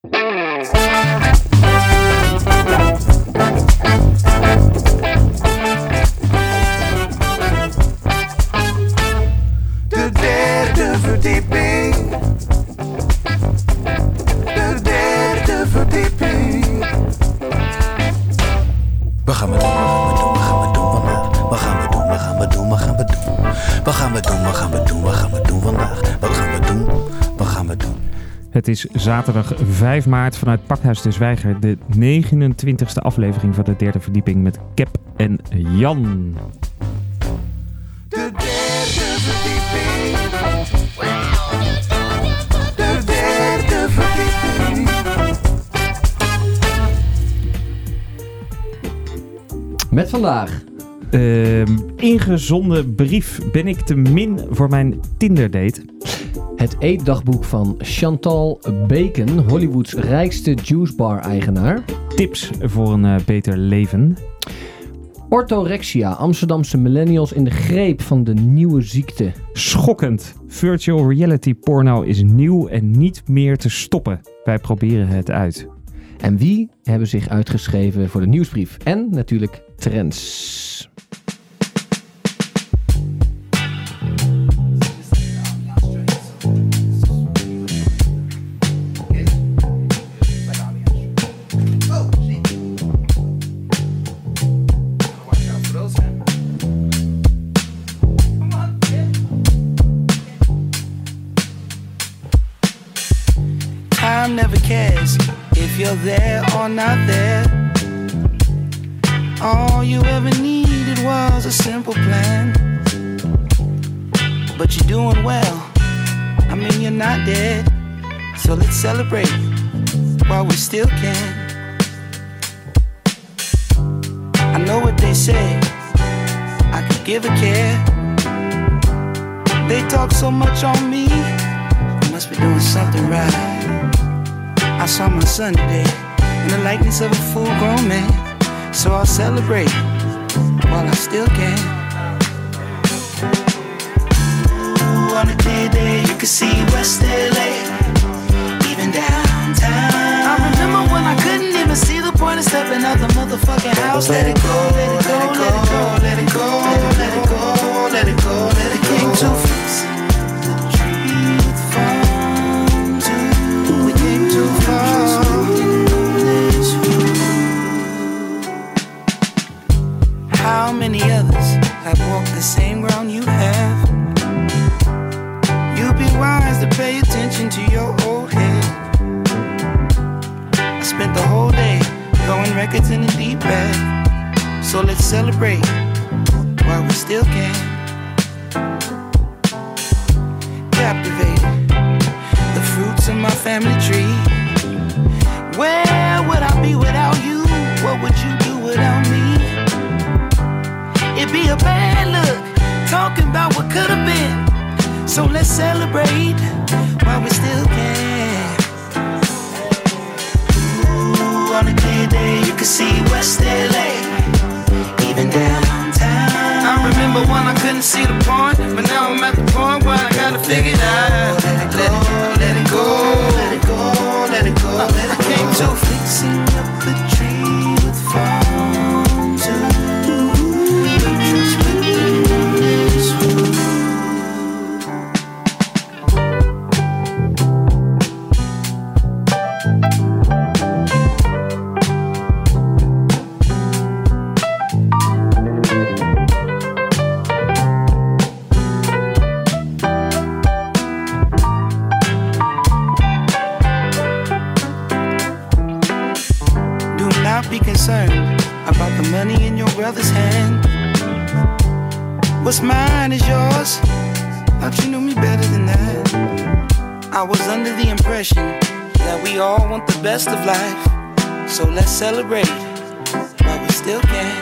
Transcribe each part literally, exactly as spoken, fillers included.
De derde verdieping. De derde verdieping. Wat gaan we doen? Wat gaan we doen? Wat gaan we doen vandaag? Wat gaan we doen? Wat gaan we doen? Wat gaan we doen? Wat gaan we doen? Wat gaan we doen? Wat gaan we doen vandaag? Wat gaan we doen? Wat gaan we doen? Het is zaterdag vijf maart vanuit Pakhuis de Zwijger, de negenentwintigste aflevering van de derde verdieping met Cap en Jan. De derde verdieping. De derde verdieping. Met vandaag. Uh, ingezonden brief. Ben ik te min voor mijn Tinder-date? Het eetdagboek van Chantal Bacon, Hollywoods rijkste juicebar-eigenaar. Tips voor een uh, beter leven. Orthorexia, Amsterdamse millennials in de greep van de nieuwe ziekte. Schokkend. Virtual reality porno is nieuw en niet meer te stoppen. Wij proberen het uit. En wie hebben zich uitgeschreven voor de nieuwsbrief? En natuurlijk trends. Time never cares if you're there or not there. All you ever needed was a simple plan. But you're doing well. I mean, you're not dead. So let's celebrate while we still can. I know what they say, I could give a care. They talk so much on me, I must be doing something right. I saw my son today in the likeness of a full-grown man. So I'll celebrate while I still can. Ooh, on a clear day you can see West L A, even downtown. I remember when I couldn't even see the point of stepping out the motherfucking house. Let it go, let it go, let it go, let it go, let it go, let it go, let it go. Came too fixing the truth from two. We came too far. How many others have walked the same ground you have? You'd be wise to pay attention to your old head. I spent the whole day throwing records in the deep end. So let's celebrate while we still can. Captivated, the fruits of my family tree. Where would I be without you? What would you do without me? It'd be a bad look, talking about what could have been. So let's celebrate while we still can. Ooh, on a clear day you can see West L A, even downtown. I remember when I couldn't see the point, but now I'm at the point where I gotta figure it out. Let it go, let it go, let it go, let it go. I came to fixing up the tree with farm too. About the money in your brother's hand. What's mine is yours. Thought you knew me better than that. I was under the impression that we all want the best of life. So let's celebrate while we still can.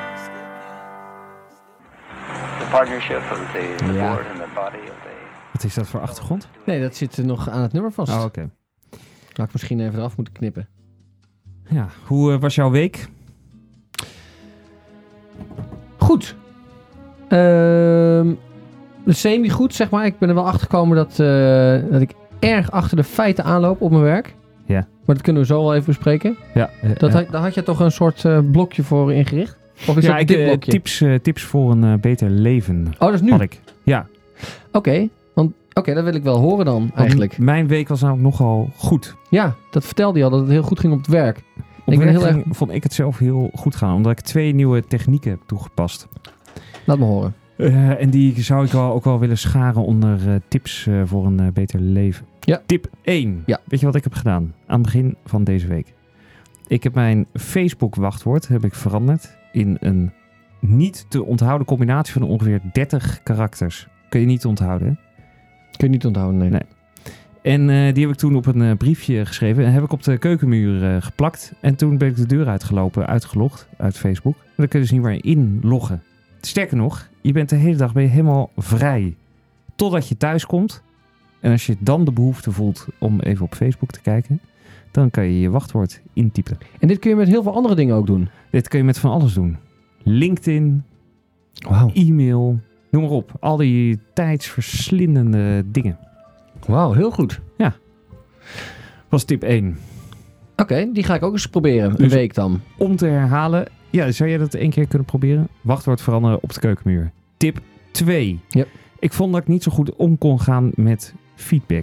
The partnership of the, the Ja. board and the body of the... Wat is dat voor achtergrond? Nee, dat zit er nog aan het nummer vast. Oh, oké. Okay. Had ik misschien even eraf moeten knippen. Ja, hoe uh, was jouw week? Goed. Ehm semi-goed, zeg maar. Ik ben er wel achter gekomen dat, uh, dat ik erg achter de feiten aanloop op mijn werk. Ja. Maar dat kunnen we zo wel even bespreken. Ja, uh, Dat uh, had, daar had je toch een soort uh, blokje voor ingericht? Of is ja, dat ik, dit uh, blokje? tips, uh, tips voor een uh, beter leven Oh, dat is nu? had Oké, ik. Ja. okay, want oké, okay, dat wil ik wel horen dan Want eigenlijk. m- mijn week was namelijk nogal goed. Ja, dat vertelde je al, dat het heel goed ging op het werk. Op Ik ben werk heel ging- vond ik het zelf heel goed gaan, omdat ik twee nieuwe technieken heb toegepast. Laat me horen. Uh, en die zou ik wel, ook wel willen scharen onder uh, tips uh, voor een uh, beter leven. Ja. Tip één. Ja. Weet je wat ik heb gedaan aan het begin van deze week? Ik heb mijn Facebook wachtwoord heb ik veranderd in een niet te onthouden combinatie van ongeveer dertig karakters. Kun je niet onthouden, hè? Kun je niet onthouden, nee. Nee. En uh, die heb ik toen op een uh, briefje geschreven en heb ik op de keukenmuur uh, geplakt. En toen ben ik de deur uitgelopen, uitgelogd uit Facebook. En dan kun je dus niet meer inloggen. Sterker nog, je bent de hele dag ben je helemaal vrij. Totdat je thuis komt. En als je dan de behoefte voelt om even op Facebook te kijken, dan kan je je wachtwoord intypen. En dit kun je met heel veel andere dingen ook doen. Dit kun je met van alles doen. LinkedIn, Wauw. e-mail, noem maar op. Al die tijdsverslindende dingen. Wauw, heel goed. Was tip één. Oké, okay, die ga ik ook eens proberen. Een Dus- week dan. Om te herhalen, ja, zou jij dat één keer kunnen proberen? Wachtwoord veranderen op de keukenmuur. Tip twee. Yep. Ik vond dat ik niet zo goed om kon gaan met feedback.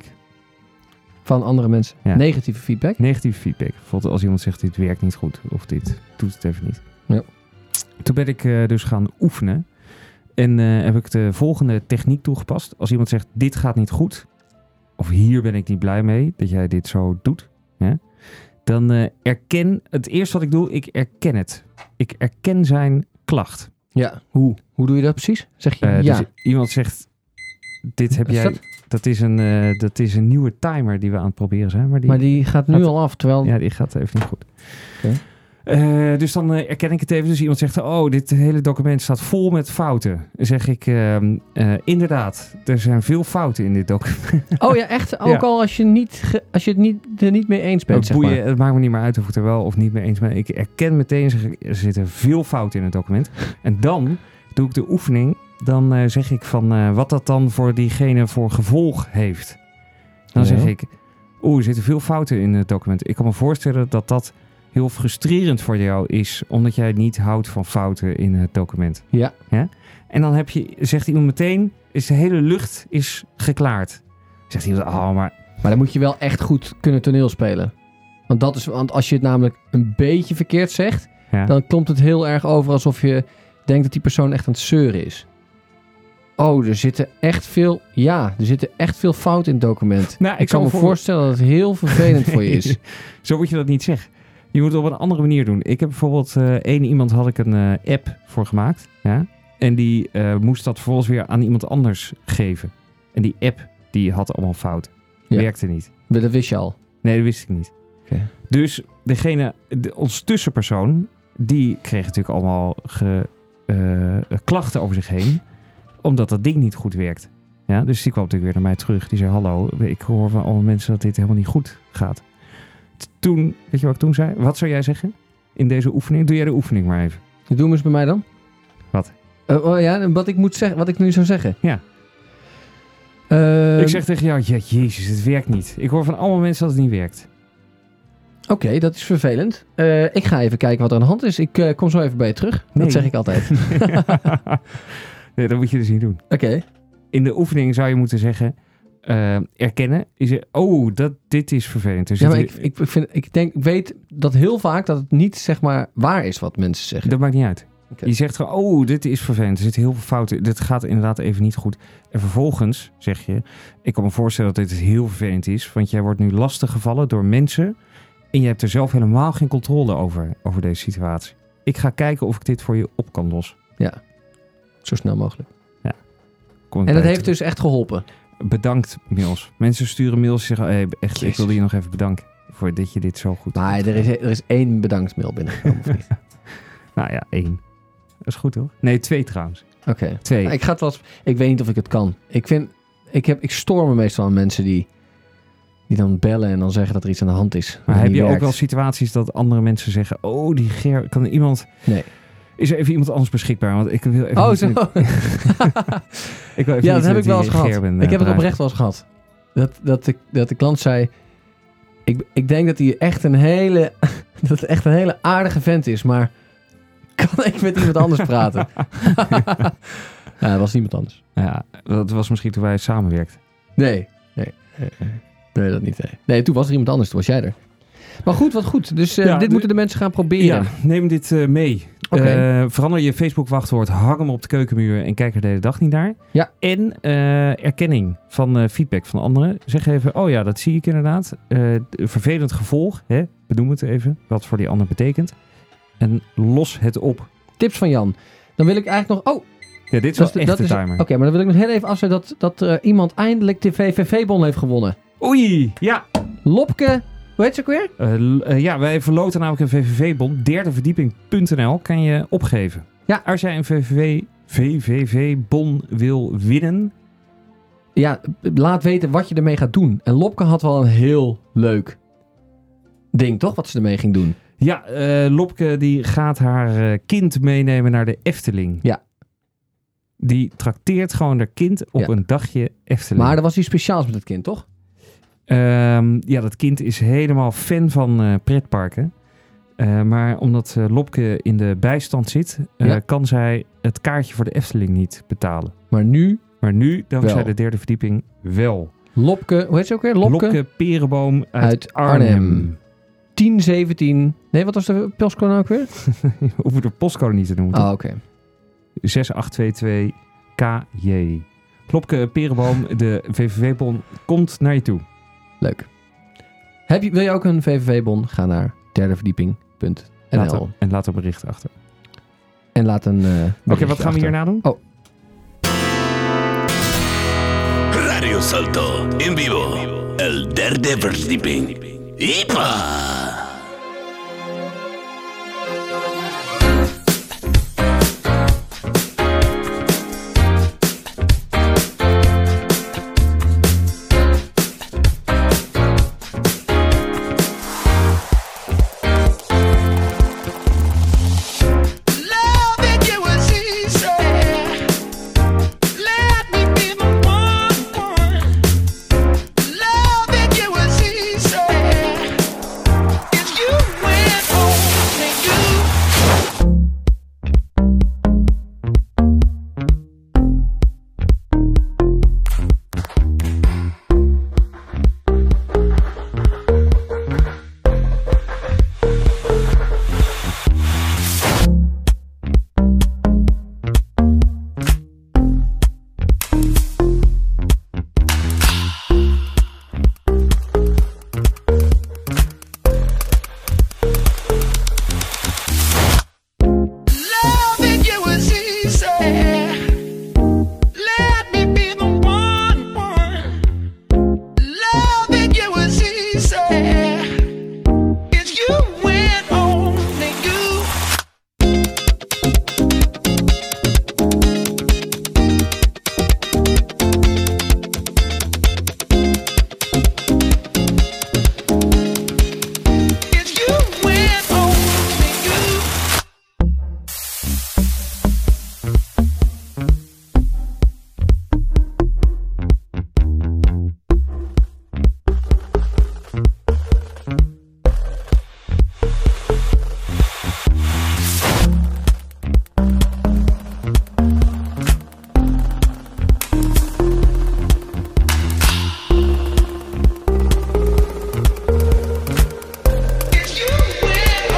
Van andere mensen. Ja. Negatieve feedback. Negatieve feedback. Bijvoorbeeld als iemand zegt dit werkt niet goed of dit doet het even niet. Ja. Toen ben ik uh, dus gaan oefenen. En uh, heb ik de volgende techniek toegepast. Als iemand zegt dit gaat niet goed. Of hier ben ik niet blij mee dat jij dit zo doet. Hè? Dan uh, erken, het eerste wat ik doe, ik erken het. Ik erken zijn klacht. Ja, hoe? Hoe doe je dat precies? Zeg je Uh, ja. Dus iemand zegt, dit heb Wat is jij, dat? dat is, een, uh, dat is een nieuwe timer die we aan het proberen zijn. Maar die, Maar die gaat nu gaat- al af, terwijl... ja, die gaat even niet goed. Oké. Uh, dus dan uh, erken ik het even. Dus iemand zegt, oh, dit hele document staat vol met fouten. Dan zeg ik, uh, uh, inderdaad, er zijn veel fouten in dit document. Oh ja, echt? Ook Ja. al als je, niet ge- als je het niet, er niet mee eens bent, Het, zeg boeien, maar. het maakt me niet meer uit of ik het er wel of niet mee eens ben. Ik erken meteen, zeg ik, er zitten veel fouten in het document. En dan doe ik de oefening. Dan uh, zeg ik van uh, wat dat dan voor diegene voor gevolg heeft. Dan Ja. zeg ik, oeh, er zitten veel fouten in het document. Ik kan me voorstellen dat dat heel frustrerend voor jou is, omdat jij niet houdt van fouten in het document. Ja. Ja? En dan heb je, zegt iemand meteen, is de hele lucht is geklaard. Zegt iemand, oh, maar Maar dan moet je wel echt goed kunnen toneelspelen. Want, dat is, want als je het namelijk een beetje verkeerd zegt, ja. dan komt het heel erg over alsof je denkt dat die persoon echt aan het zeuren is. Oh, er zitten echt veel... Ja, er zitten echt veel fouten in het document. Nou, Ik, ik kan zal me voor- voorstellen dat het heel vervelend voor je is. Zo moet je dat niet zeggen. Je moet het op een andere manier doen. Ik heb bijvoorbeeld uh, één iemand had ik een uh, app voor gemaakt. Ja? En die uh, moest dat vervolgens weer aan iemand anders geven. En die app die had allemaal fouten. Ja. Werkte niet. Maar dat wist je al. Nee, dat wist ik niet. Oké. Dus degene, de, ons tussenpersoon, die kreeg natuurlijk allemaal ge, uh, klachten over zich heen. Omdat dat ding niet goed werkt. Ja? Dus die kwam natuurlijk weer naar mij terug. Die zei, hallo, ik hoor van alle mensen dat dit helemaal niet goed gaat. Toen, weet je wat ik toen zei? Wat zou jij zeggen in deze oefening? Doe jij de oefening maar even. Doe hem eens bij mij dan. Wat? Uh, oh ja, wat ik moet zeggen, wat ik nu zou zeggen. Ja. Uh, ik zeg tegen jou, ja, jezus, het werkt niet. Ik hoor van allemaal mensen dat het niet werkt. Oké, okay, dat is vervelend. Uh, ik ga even kijken wat er aan de hand is. Ik uh, kom zo even bij je terug. Nee. Dat zeg ik altijd. Nee, dat moet je dus niet doen. Oké. Okay. In de oefening zou je moeten zeggen, uh, erkennen. Is er, oh, dat, dit is vervelend. Er ja, maar zit- ik, ik, vind, ik, denk, ik weet dat heel vaak dat het niet zeg maar waar is wat mensen zeggen. Dat maakt niet uit. Okay. Je zegt gewoon, oh, dit is vervelend. Er zitten heel veel fouten. Dit gaat inderdaad even niet goed. En vervolgens zeg je, ik kan me voorstellen dat dit heel vervelend is. Want jij wordt nu lastiggevallen door mensen. En je hebt er zelf helemaal geen controle over, over deze situatie. Ik ga kijken of ik dit voor je op kan lossen. Ja, zo snel mogelijk. Kom En bij dat je heeft terug. dus echt geholpen. Bedankt mails. Mensen sturen mails en zeggen, hey, echt, ik Jezus. wilde je nog even bedanken. Voor dat je dit zo goed Maar hebt er is, gedaan. er is één bedankt mail binnengekomen, of niet? Nou ja, één. Dat is goed hoor. Nee, twee trouwens. Oké. Okay. Twee. Nou, ik ga het wel eens, ik weet niet of ik het kan. Ik vind, ik heb, ik stoor me meestal aan mensen die, die dan bellen en dan zeggen dat er iets aan de hand is. Maar dat heb niet je ook werkt. wel situaties dat andere mensen zeggen, oh, die Ger, kan er iemand... Nee. Is er even iemand anders beschikbaar? Want ik wil even Oh, niet- zo. ik wil even Ja, niet dat heb ik die wel eens Ger gehad. ben, uh, Ik heb het bedrijf. oprecht wel eens gehad. Dat, dat, de, dat de klant zei, Ik, ik denk dat hij echt een hele... dat het echt een hele aardige vent is, maar... kan ik met iemand anders praten? Ja, dat was niemand anders. Ja, dat was misschien toen wij samenwerkten. Nee, nee. Nee, dat niet. Nee. nee, toen was er iemand anders. Toen was jij er. Maar goed, wat goed. Dus uh, Ja, dit de- moeten de mensen gaan proberen. Ja, neem dit uh, mee. Oké. Uh, verander je Facebook-wachtwoord, hang hem op de keukenmuur en kijk er de hele dag niet naar. Ja. En uh, erkenning van uh, feedback van anderen. Zeg even, oh ja, dat zie ik inderdaad. Uh, vervelend gevolg, hè? Benoem het even, wat voor die ander betekent. En los het op. Tips van Jan. Dan wil ik eigenlijk nog... Oh, Ja, dit is dat wel is, echt dat de is, timer. Oké, maar dan wil ik nog heel even afzetten dat, dat uh, iemand eindelijk de V V V-bon heeft gewonnen. Oei, ja. Lopke, hoe heet ze ook weer? Uh, l- uh, ja, wij verloten namelijk een V V V-bon. derde verdieping punt n l kan je opgeven. Ja. Als jij een V V V-bon wil winnen... Ja, laat weten wat je ermee gaat doen. En Lopke had wel een heel leuk ding, toch? Wat ze ermee ging doen. Ja, uh, Lopke die gaat haar uh, kind meenemen naar de Efteling. Ja. Die trakteert gewoon haar kind op Ja. een dagje Efteling. Maar er was iets speciaals met het kind, toch? Um, ja, dat kind is helemaal fan van uh, pretparken. Uh, maar omdat uh, Lopke in de bijstand zit, uh, Ja. kan zij het kaartje voor de Efteling niet betalen. Maar nu, Maar nu, dankzij Wel. de derde verdieping, wel. Lopke, hoe heet ze ook weer? Lopke, Lopke Perenboom uit, uit Arnhem. Arnhem. tien zeventien... Nee, wat was de postcode nou ook weer? We hoeven de postcode niet te noemen. Ah, oké. zes acht twee twee K J. Lopke Perenboom, de V V V-bon, komt naar je toe. Leuk. Heb je, wil je ook een V V V-bon? Ga naar derdeverdieping punt n l. Laat er- en laat een bericht achter. En laat een uh, Oké, wat gaan we hierna doen? Oh. Radio Salto, en vivo, el derde verdieping. ¡Ipa! Loving you was easy. Let me be the one, one. Loving you was easy. If you went only you. Loving you was easy. Let me be the one, one. Loving you was easy. If you went only you. If you went only you. If you went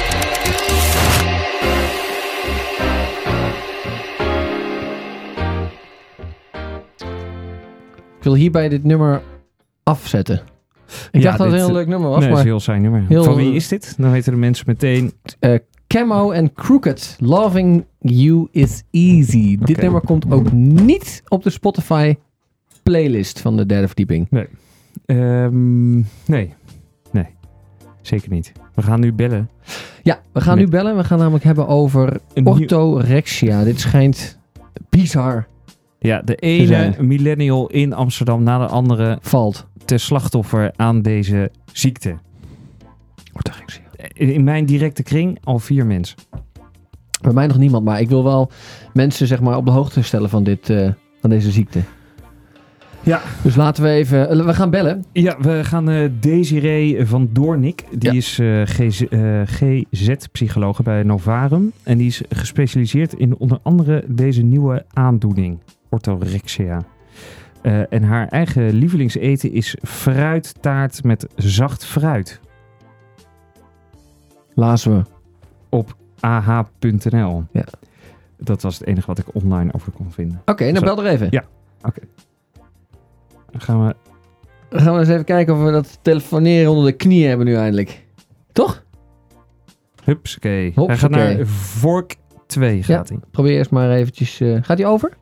Ik wil hierbij dit nummer afzetten. Ik Ja, dacht dat het dit, een heel eh, leuk nummer was, Nee, dat maar is een heel saai nummer. heel- Van wie is dit? Dan weten de mensen meteen. Camo en Crooked, Loving You is Easy. Dit Oké. nummer komt ook niet op de Spotify playlist van de derde verdieping. Um, nee. Nee. Zeker niet. We gaan nu bellen. Ja, we gaan Met- nu bellen. We gaan namelijk hebben over Een nieuw- orthorexia. Dit schijnt bizar Ja, de zijn. ene millennial in Amsterdam na de andere valt. te slachtoffer aan deze ziekte. Orthorexia. In mijn directe kring al vier mensen. Bij mij nog niemand, maar ik wil wel mensen zeg maar op de hoogte stellen van, dit, eh, van deze ziekte. Ja. Dus laten we even... We gaan bellen. Ja, we gaan uh, Desiree van Doornik. Die Ja. is uh, G Z-psychologe bij Novarum. En die is gespecialiseerd in onder andere deze nieuwe aandoening. Orthorexia. Uh, en haar eigen lievelingseten is fruittaart met zacht fruit. Lazen we. Op a h punt n l. Ja. Dat was het enige wat ik online over kon vinden. Oké, okay, nou Zo. bel er even. Ja. Oké. Okay. Dan gaan we... Dan gaan we eens even kijken of we dat telefoneren onder de knieën hebben nu eindelijk. Toch? Hupsakee. Hopsakee. Hij gaat naar Vork twee gaat ja, hij. Probeer eerst maar eventjes... Uh, gaat hij over?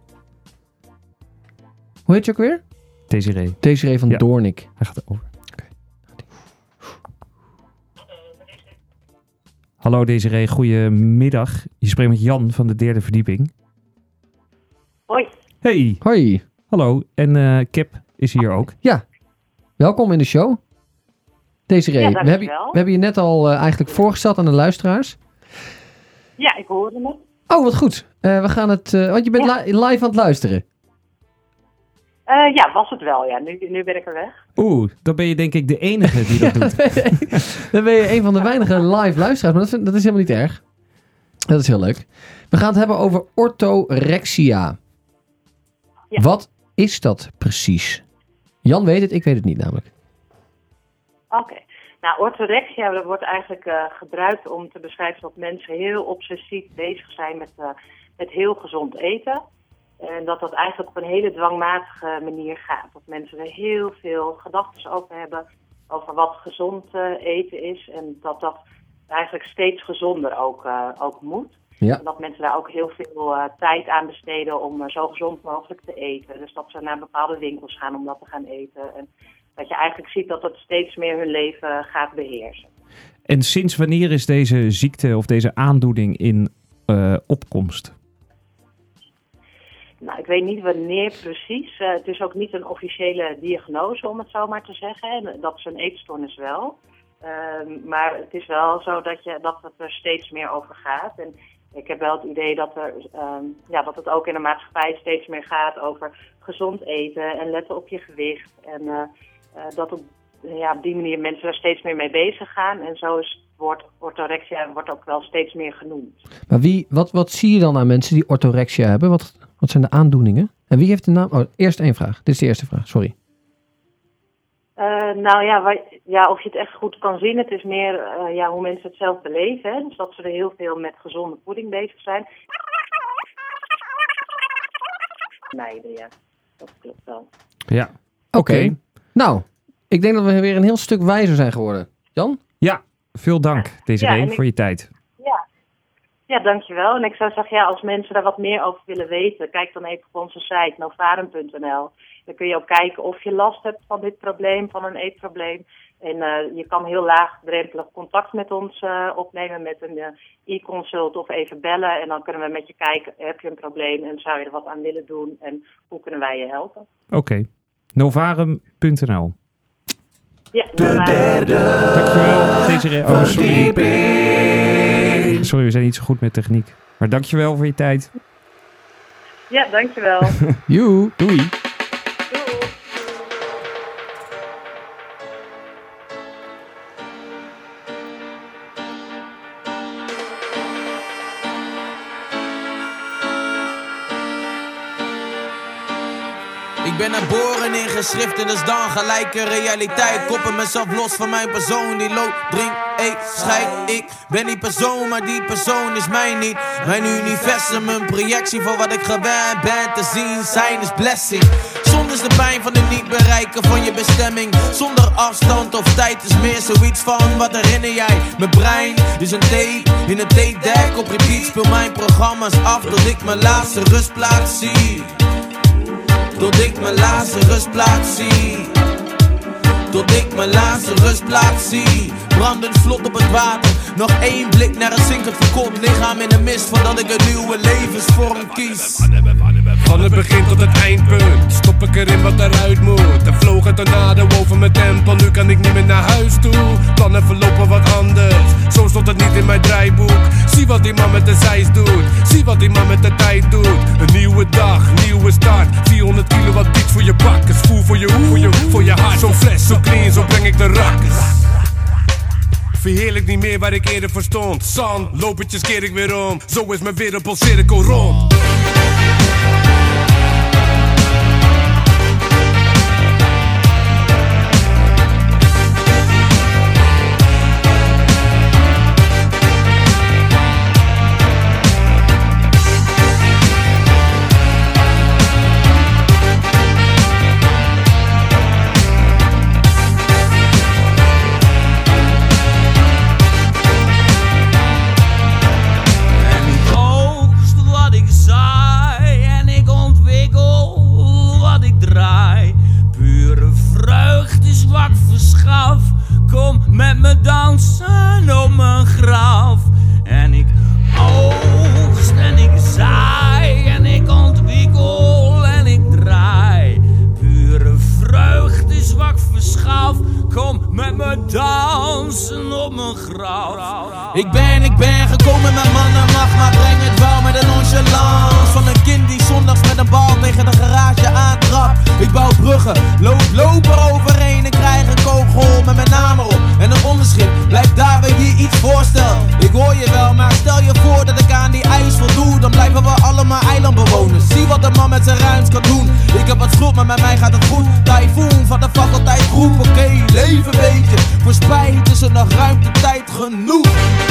Hoe heet je ook weer? Desiree. Desiree van ja. Doornik. Hij gaat over. Okay. Hallo Desiree, goedemiddag. Je spreekt met Jan van de derde verdieping. Hoi. Hey. Hoi. Hallo. En uh, Kip is hier ook. Ja. Welkom in de show. Desiree, ja, we, hebben, we hebben je net al uh, eigenlijk voorgesteld aan de luisteraars. Ja, ik hoorde het. Oh, wat goed. Uh, we gaan het... Uh, want je bent ja. li- live aan het luisteren. Uh, ja, was het wel, ja. Nu, nu ben ik er weg. Oeh, dan ben je denk ik de enige die dat doet. Dan ben je een van de weinige live luisteraars, maar dat, dat is helemaal niet erg. Dat is heel leuk. We gaan het hebben over orthorexia. Ja. Wat is dat precies? Jan weet het, ik weet het niet namelijk. Oké. Okay. Nou, orthorexia dat wordt eigenlijk uh, gebruikt om te beschrijven dat mensen heel obsessief bezig zijn met, uh, met heel gezond eten. En dat dat eigenlijk op een hele dwangmatige manier gaat. Dat mensen er heel veel gedachten over hebben over wat gezond uh, eten is. En dat dat eigenlijk steeds gezonder ook, uh, ook moet. Ja. En dat mensen daar ook heel veel uh, tijd aan besteden om uh, zo gezond mogelijk te eten. Dus dat ze naar bepaalde winkels gaan om dat te gaan eten. En dat je eigenlijk ziet dat het steeds meer hun leven gaat beheersen. En sinds wanneer is deze ziekte of deze aandoening in uh, opkomst? Nou, ik weet niet wanneer precies. Uh, het is ook niet een officiële diagnose, om het zo maar te zeggen. Dat is een eetstoornis wel. Uh, maar het is wel zo dat, je, dat het er steeds meer over gaat. En ik heb wel het idee dat, er, um, ja, dat het ook in de maatschappij steeds meer gaat over gezond eten en letten op je gewicht. En uh, uh, dat op, ja, op die manier mensen daar steeds meer mee bezig gaan. En zo is het woord orthorexia wordt ook wel steeds meer genoemd. Maar wie, wat, wat zie je dan aan mensen die orthorexia hebben? Wat, wat zijn de aandoeningen? En wie heeft de naam? Oh, eerst één vraag. Dit is de eerste vraag, sorry. Uh, nou ja, waar, ja, of je het echt goed kan zien, het is meer uh, ja, hoe mensen het zelf beleven. Hè? Dus dat ze er heel veel met gezonde voeding bezig zijn. Meiden, ja. Dat klopt wel. Ja. Oké. Okay. Nou, ik denk dat we weer een heel stuk wijzer zijn geworden. Jan? Ja, veel dank Desiree ja, voor ik, je tijd. Ja. ja, dankjewel. En ik zou zeggen, ja, als mensen daar wat meer over willen weten, kijk dan even op onze site novarum punt n l. Dan kun je ook kijken of je last hebt van dit probleem, van een eetprobleem. En uh, je kan heel laagdrempelig contact met ons uh, opnemen met een uh, e-consult of even bellen. En dan kunnen we met je kijken, heb je een probleem en zou je er wat aan willen doen en hoe kunnen wij je helpen? Oké, okay. novarum punt n l. Ja, de derde. Dankjewel, Desiree. Oh, sorry. sorry, we zijn niet zo goed met techniek. Maar dankjewel voor je tijd. Ja, dankjewel. Joe, doei. Ik ben geboren in geschriften, dus dan gelijk een realiteit. Koppel mezelf los van mijn persoon die loopt, drink, eet, scheid. Ik ben die persoon, maar die persoon is mij niet. Mijn universum, een projectie van wat ik gewend ben te zien. Zijn is blessing. Zonder de pijn van het niet bereiken van je bestemming. Zonder afstand of tijd is meer zoiets van wat herinner jij. Mijn brein is een thee in een theedek. Op repeat speel mijn programma's af tot ik mijn laatste rustplaats zie. Tot ik mijn laatste rustplaats zie. Tot ik mijn laatste rustplaats zie. Brandend vlot op het water. Nog één blik naar een zinkend verkoopt lichaam in de mist. Voordat ik een nieuwe levensvorm kies. Van het begin tot het eindpunt stop ik erin wat eruit moet. Er vloog een tornado over mijn tempel. Nu kan ik niet meer naar huis toe. Plannen verlopen wat anders. Zo stond het niet in mijn draaiboek. Zie wat die man met de zeis doet. Zie wat die man met de tijd doet. Een nieuwe dag, nieuwe start. vierhonderd kilo wat beats voor je bakkes. Voel voor je hoe, voor je, voor je hart. Zo fles, zo clean, zo breng ik de rakkers. Verheerlijk niet meer waar ik eerder voor stond. Zand, lopertjes keer ik weer om. Zo is mijn wereldpolcirkel rond. Kom met me dansen op mijn graf. En ik oogst en ik zaai en ik ontwikkel en ik draai. Pure vreugde zwak verschaf. Kom met me dansen op mijn graf. Ik ben, ik ben gekomen met man en macht, maar breng het wel met een nonchalance. Van een kind die zondags met een bal tegen de garage aantrapt. Ik bouw bruggen, loop, loop er overheen en krijg een kogel met mijn naam erop. En een onderschrift, blijf daar waar je iets voorstelt. Ik hoor je wel, maar stel je voor dat ik aan die eis voldoe. Dan blijven we allemaal eilandbewoners. Zie wat een man met zijn ruimte kan doen. Ik heb wat schuld, maar met mij gaat het goed. Typhoon van de faculteit groep, oké, okay, leven beetje. Voor spijt is er nog ruimte, tijd genoeg.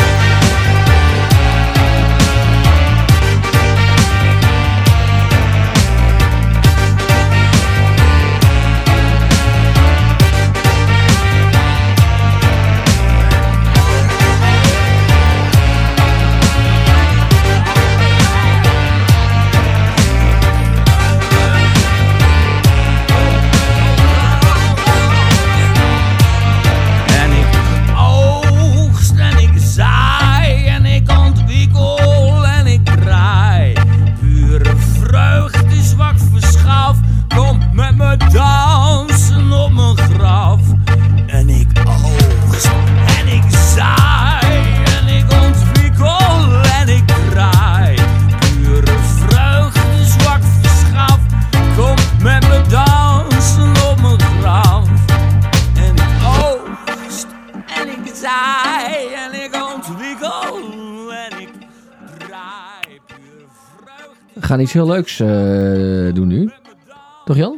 Dansen op mijn graf. En ik oogst en ik zaai en ik ontwikkel en ik draai. Pure vreugde zwak verschaf. Kom met me dansen op mijn graf. En ik oogst en ik zaai en ik ontwikkel en ik draai. Pure vreugde. We gaan iets heel leuks uh, doen nu. Toch Jan?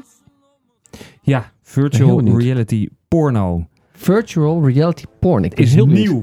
Ja, virtual reality porno. Virtual reality porn. Ik is heel nieuw.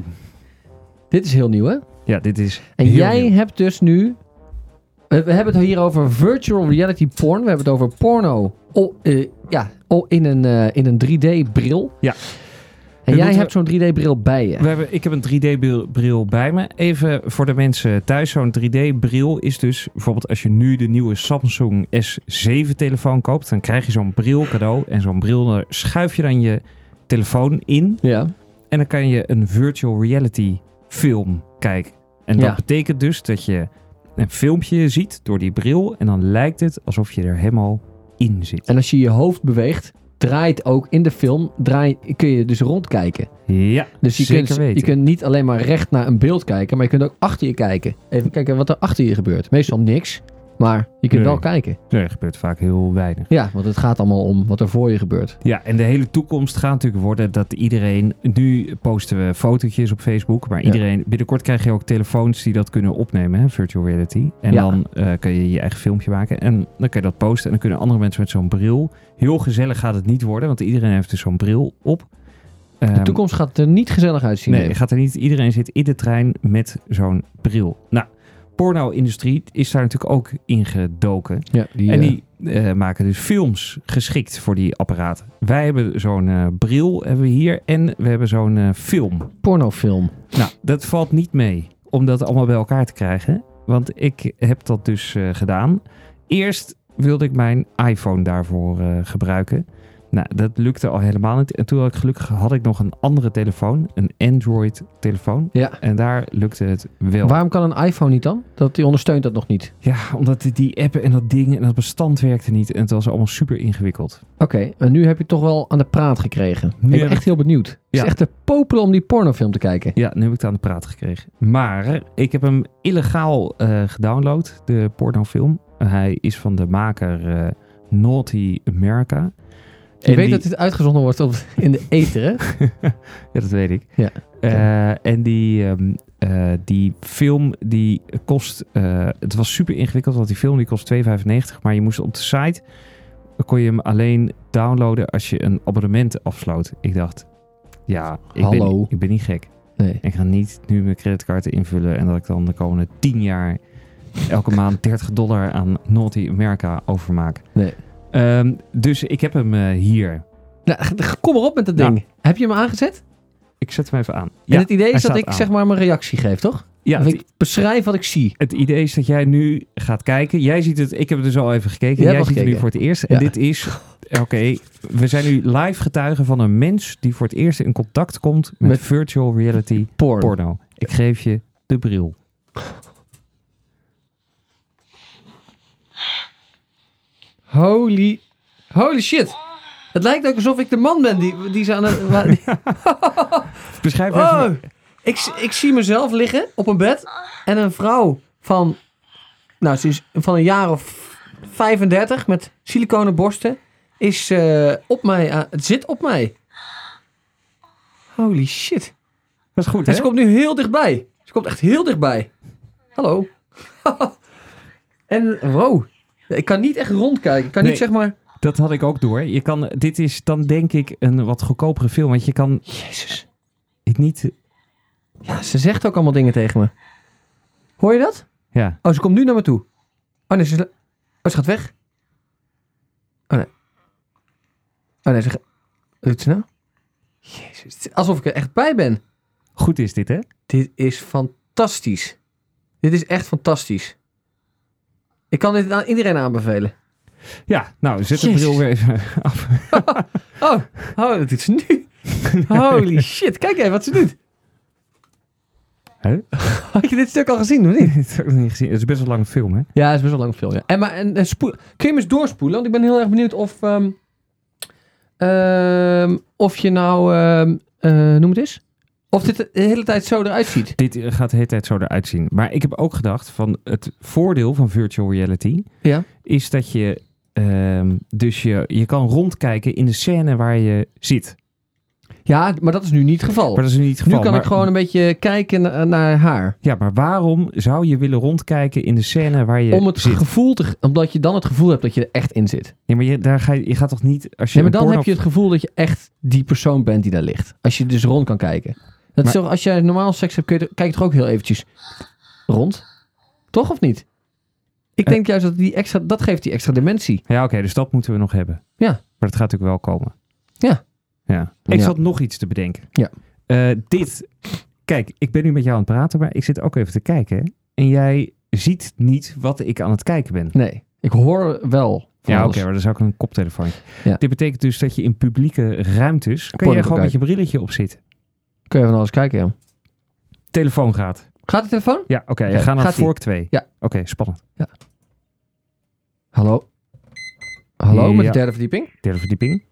Dit is heel nieuw, hè? Ja, dit is En heel jij nieuw. hebt dus nu... We, we hebben het hier over virtual reality porn. We hebben het over porno oh, uh, ja, oh, in een, uh, in een drie D-bril. Ja. En We jij moeten- hebt zo'n drie D-bril bij je. We hebben, ik heb een drie D-bril bij me. Even voor de mensen thuis. Zo'n drie D-bril is dus... Bijvoorbeeld als je nu de nieuwe Samsung S zeven telefoon koopt... dan krijg je zo'n bril cadeau. En zo'n bril, daar schuif je dan je telefoon in. Ja. En dan kan je een virtual reality film kijken. En dat Ja. betekent dus dat je een filmpje ziet door die bril. En dan lijkt het alsof je er helemaal in zit. En als je je hoofd beweegt, draait ook in de film, draai, kun je dus rondkijken. Ja, Dus je zeker kunt, weten. je kunt niet alleen maar recht naar een beeld kijken, maar je kunt ook achter je kijken. Even kijken wat er achter je gebeurt. Meestal niks, maar je kunt Nee. wel kijken. Nee, er gebeurt vaak heel weinig. Ja, want het gaat allemaal om wat er voor je gebeurt. Ja, en de hele toekomst gaat natuurlijk worden dat iedereen... Nu posten we fotootjes op Facebook, maar Ja. iedereen... Binnenkort krijg je ook telefoons die dat kunnen opnemen, hè, virtual reality. En Ja. dan uh, kun je je eigen filmpje maken en dan kun je dat posten. En dan kunnen andere mensen met zo'n bril... Heel gezellig gaat het niet worden, want iedereen heeft dus zo'n bril op. De Um, toekomst gaat er niet gezellig uitzien. Nee, gaat er niet. Iedereen zit in de trein met zo'n bril. Nou, porno-industrie is daar natuurlijk ook ingedoken. Ja, die, En eh, die uh, maken dus films geschikt voor die apparaten. Wij hebben zo'n uh, bril hebben we hier en we hebben zo'n uh, film. pornofilm. Nou, dat valt niet mee om dat allemaal bij elkaar te krijgen. Want ik heb dat dus uh, gedaan. Eerst wilde ik mijn iPhone daarvoor uh, gebruiken. Nou, dat lukte al helemaal niet. En toen had ik gelukkig had ik nog een andere telefoon. Een Android-telefoon. Ja. En daar lukte het wel. Waarom kan een iPhone niet dan? Dat die ondersteunt dat nog niet. Ja, omdat die- die appen en dat ding en dat bestand werkte niet. En het was allemaal super ingewikkeld. Oké, en nu heb je toch wel aan de praat gekregen. Nu ik ben heb echt ik- heel benieuwd. Het is Ja. echt te popelen om die pornofilm te kijken. Ja, nu heb ik het aan de praat gekregen. Maar ik heb hem illegaal eh, gedownload, de pornofilm. Hij is van de maker eh, Naughty America. Je En weet die- dat dit uitgezonden wordt op, in de ether, hè? Ja, dat weet ik. Ja. Eh, en die, ehm, eh, die film die kost... eh, het was super ingewikkeld, want die film die kost twee euro vijfennegentig. Maar je moest op de site... kon je hem alleen downloaden als je een abonnement afsloot. Ik dacht, ja, ik, Hallo. Ben, ik ben niet gek. Nee. Ik ga niet nu mijn creditcard invullen... en dat ik dan de komende tien jaar... elke maand dertig dollar aan Naughty America overmaak. Nee. Ehm, dus ik heb hem eh, hier. Nou, kom maar op met dat Nou. ding. Heb je hem aangezet? Ik zet hem even aan. En het idee hij is dat staat ik aan. zeg maar mijn reactie geef, toch? Ja, Of het, ik beschrijf wat ik zie. het idee is dat jij nu gaat kijken. Jij ziet het, ik heb het dus al even gekeken. Jij Jij hebt ziet al het nu gekeken. voor het eerst. Ja. En dit is, oké, we zijn nu live getuigen van een mens die voor het eerst in contact komt met, Met virtual reality Porn. porno. Ik geef je de bril. Holy, holy shit. Het lijkt ook alsof ik de man ben die, die ze aan het... waar- die- Beschrijf even. Oh, ik, ik zie mezelf liggen op een bed en een vrouw van, nou, ze is van een jaar of vijfendertig met siliconen borsten is eh, op mij, aan- het zit op mij. Holy shit. Dat is goed, En hè? ze komt nu heel dichtbij. Ze komt echt heel dichtbij. Hallo. En wow. Ik kan niet echt rondkijken. Ik kan Nee. niet zeg maar... Dat had ik ook door. Je kan, dit is dan denk ik een wat goedkopere film. Want je kan Jezus. het niet... Ja, ze zegt ook allemaal dingen tegen me. Hoor je dat? Ja, Oh, ze komt nu naar me toe. Oh nee, ze, oh, ze gaat weg. Oh nee. Oh nee, ze gaat... Wat doet ze nou? Jezus, het is alsof ik er echt bij ben. goed is dit, hè? Dit is fantastisch. Dit is echt fantastisch. Ik kan dit aan iedereen aanbevelen. Ja, nou, zet de Jezus. bril weer even af. Oh, oh, dat doet ze nu. Holy shit, kijk even wat ze doet. Hè? Had je dit stuk al gezien, of niet? Dat heb ik nog niet gezien. Het is best wel een lange film, hè? Ja, het is best wel lang film, ja. En, maar, en, en spoel, kun je hem eens doorspoelen? Want ik ben heel erg benieuwd of... ehm, ehm, of je nou... ehm, eh, noem het eens. Of dit de hele tijd zo eruit ziet. Dit gaat de hele tijd zo eruit zien. Maar ik heb ook gedacht van het voordeel van virtual reality Ja. is dat je ehm, dus je, je kan rondkijken in de scène waar je zit. Ja, maar dat is nu niet het geval. Maar dat is nu niet het Nu geval. kan maar, ik gewoon een beetje kijken na- naar haar. Ja, maar waarom zou je willen rondkijken in de scène waar je Om het zit? gevoel te... Omdat je dan het gevoel hebt dat je er echt in zit. Ja, maar je, daar ga je, je gaat toch niet... Als je Nee, maar een dan porno- heb je het gevoel dat je echt die persoon bent die daar ligt. Als je dus rond kan kijken. Dat is Maar- toch, als jij normaal seks hebt, kun je, kijk je toch ook heel eventjes rond? Toch of niet? Ik Eh. denk juist dat die extra, dat geeft die extra dimensie. Ja, oké, dus dat moeten we nog hebben. Ja. Maar dat gaat natuurlijk wel komen. Ja. Ja. Ik Ja. zat nog iets te bedenken. Ja. Eh, dit. Kijk, ik ben nu met jou aan het praten, maar ik zit ook even te kijken. En jij ziet niet wat ik aan het kijken ben. Nee, ik hoor wel van Ja, oké, alles. maar dan zou ik een koptelefoon. Ja. Dit betekent dus dat je in publieke ruimtes... kan Porno je gewoon kan met je brilletje op zitten. Kun je van alles kijken, ja. Telefoon gaat. Gaat de telefoon? Ja, oké. Oké, we gaan naar gaat-ie. vork twee. Ja. Oké, spannend. Hallo? Hallo, met Ja. de derde verdieping? Derde verdieping.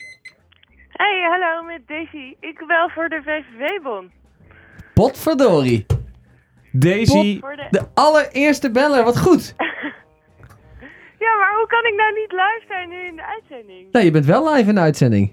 Hey, hallo, met Daisy. Ik bel voor de V V V-bon. Potverdorie. Daisy. Voor de... De allereerste beller, wat goed. Ja, maar hoe kan ik nou niet live zijn nu in de uitzending? Nou, je bent wel live in de uitzending.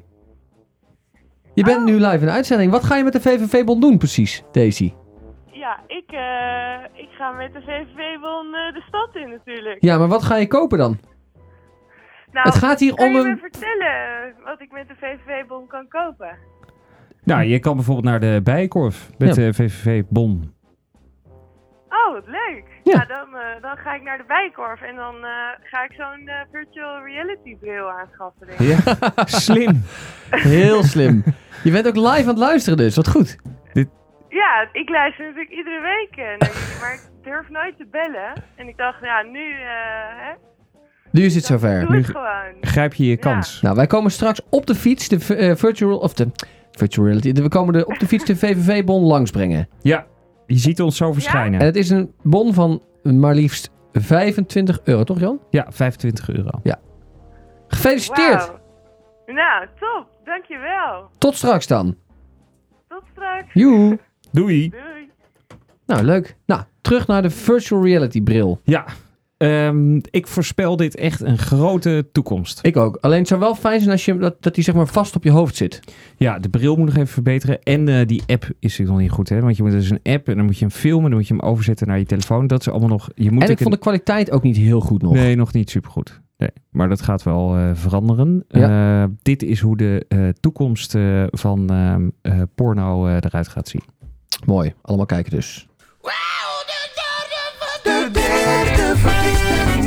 Je bent Oh. nu live in de uitzending. Wat ga je met de V V V-bon doen precies, Daisy? Ja, ik, eh, ik ga met de V V V-bon eh, de stad in natuurlijk. Ja, maar wat ga je kopen dan? Nou, Het gaat hier kan om je een- me vertellen wat ik met de V V V-bon kan kopen? Nou, je kan bijvoorbeeld naar de Bijenkorf met Ja. de V V V-bon. Oh, wat leuk. Ja. Nou, dan, eh, dan ga ik naar de Bijenkorf en dan eh, ga ik zo'n eh, virtual reality bril aanschaffen, denk ik. Ja, slim. Heel slim. Je bent ook live aan het luisteren dus, wat goed. Ja, ik luister natuurlijk iedere week eh, naar jullie, maar ik durf nooit te bellen. En ik dacht, ja, nu, eh, hè, Nu is het zover. Doe Nu het g- gewoon. Grijp je je Ja. kans. Nou, wij komen straks op de fiets, de uh, virtual, of de virtual reality, de- we komen de, op de fiets de V V V-bon langsbrengen. Ja, je ziet ons zo verschijnen. En het is een bon van maar liefst vijfentwintig euro, toch Jan? Ja, vijfentwintig euro. Gefeliciteerd! Wauw. Nou, top. Dankjewel. Tot straks dan. Tot straks. Joe. Doei. Doei. Nou, leuk. Nou, terug naar de virtual reality bril. Ja, ehm, ik voorspel dit echt een grote toekomst. Ik ook. Alleen het zou wel fijn zijn als je, dat, dat die zeg maar vast op je hoofd zit. Ja, de bril moet nog even verbeteren. En eh, die app is natuurlijk nog niet goed, hè? Want je moet dus een app en dan moet je hem filmen. Dan moet je hem overzetten naar je telefoon. Dat is allemaal nog... Je moet En ik een- vond de kwaliteit ook niet heel goed nog. Nee, nog niet supergoed. Nee, maar dat gaat wel eh, veranderen. Ja. Eh, dit is hoe de eh, toekomst eh, van ehm, eh, porno eh, eruit gaat zien. Mooi. Allemaal kijken dus. De derde verdieping.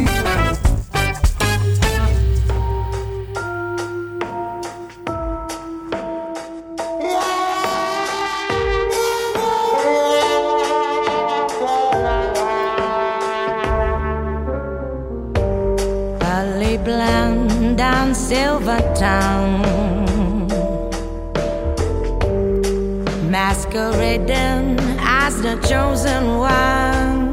Early blend down Silvertown, masquerading as the chosen one.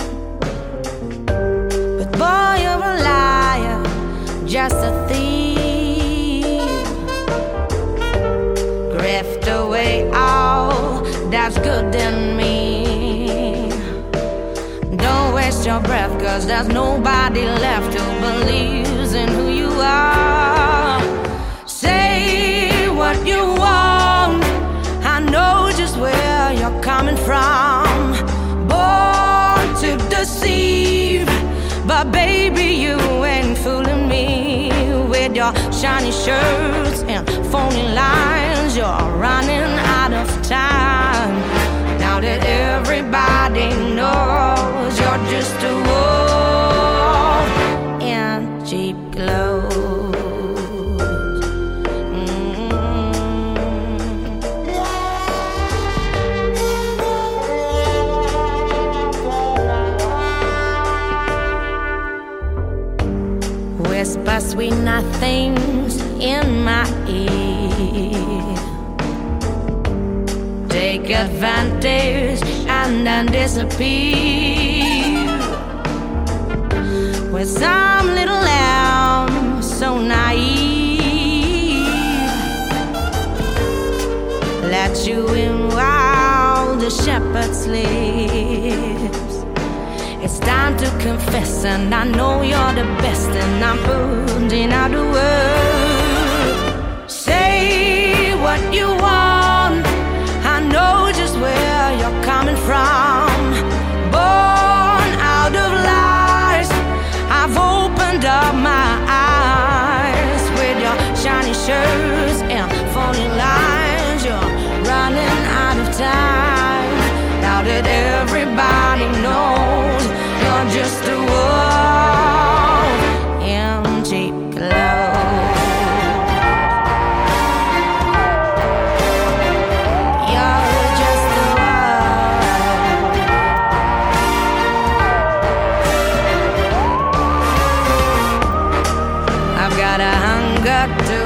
But boy, you're a liar, just a thief. Grift away all that's good in me. Don't waste your breath, cause there's nobody left who believes in who you are. Say what you want, I know just where you're coming from. Born to deceive, but baby you ain't fooling me. With your shiny shirts and phony lines, you're running out of time. Now that everybody knows you're just a wolf in cheap clothes. Mm. Whisper sweet nothings in my ear. Take advantage and then disappear with some little lamb so naive. Let you in while the shepherd sleeps. It's time to confess, and I know you're the best, and I'm putting out the word. Say what you want, I know just where you're coming from. Born out of lies, I've opened up my eyes. With your shiny shirts and phony lines, you're running out of time. Now that everybody knows you're just a wolf in cheap clothes. To